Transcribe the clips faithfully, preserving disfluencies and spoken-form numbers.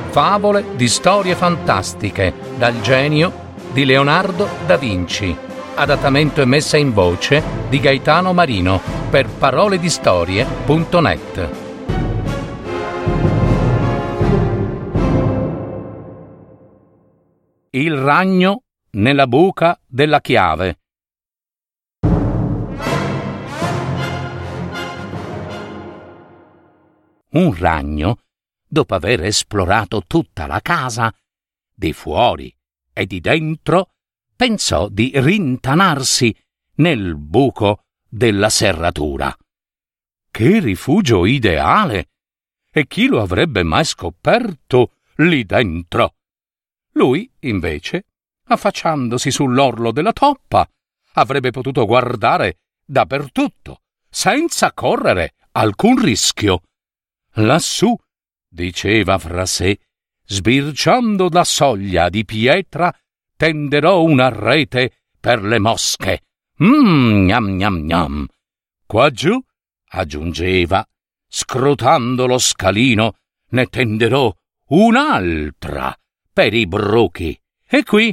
Favole di storie fantastiche dal genio di Leonardo da Vinci. Adattamento e messa in voce di Gaetano Marino per paroledistorie punto net. Il ragno nella buca della chiave. Un ragno, dopo aver esplorato tutta la casa, di fuori e di dentro, pensò di rintanarsi nel buco della serratura. Che rifugio ideale! E chi lo avrebbe mai scoperto lì dentro? Lui, invece, affacciandosi sull'orlo della toppa, avrebbe potuto guardare dappertutto, senza correre alcun rischio. Lassù, diceva fra sé, sbirciando la soglia di pietra, tenderò una rete per le mosche. Mmm, gnam gnam gnam. Quaggiù, aggiungeva, scrutando lo scalino, ne tenderò un'altra per i bruchi. E qui,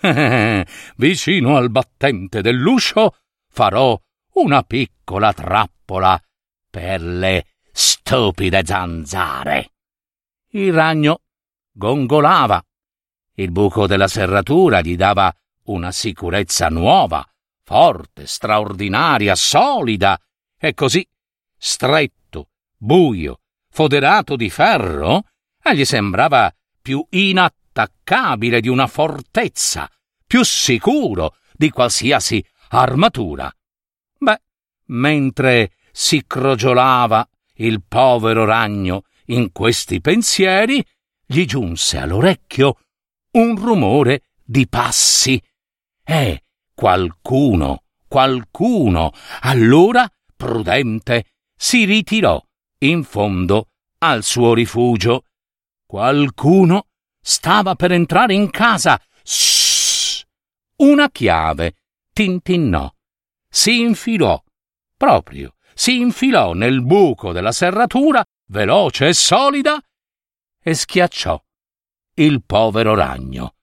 vicino al battente dell'uscio, farò una piccola trappola per le stupide zanzare. Il ragno gongolava. Il buco della serratura gli dava una sicurezza nuova, forte, straordinaria, solida, e così, stretto, buio, foderato di ferro, egli sembrava più inattaccabile di una fortezza, più sicuro di qualsiasi armatura. Beh, mentre si crogiolava il povero ragno in questi pensieri, gli giunse all'orecchio un rumore di passi. E qualcuno, qualcuno, allora, prudente, si ritirò in fondo al suo rifugio. Qualcuno stava per entrare in casa. Shhh! Una chiave tintinnò. Si infilò, proprio, si infilò nel buco della serratura, veloce e solida, e schiacciò il povero ragno.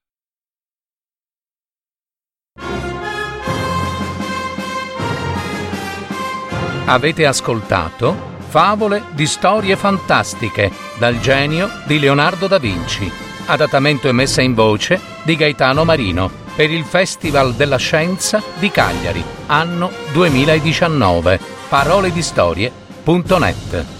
Avete ascoltato Favole di storie fantastiche dal genio di Leonardo da Vinci. Adattamento e messa in voce di Gaetano Marino per il Festival della Scienza di Cagliari, anno duemiladiciannove. paroledistorie punto net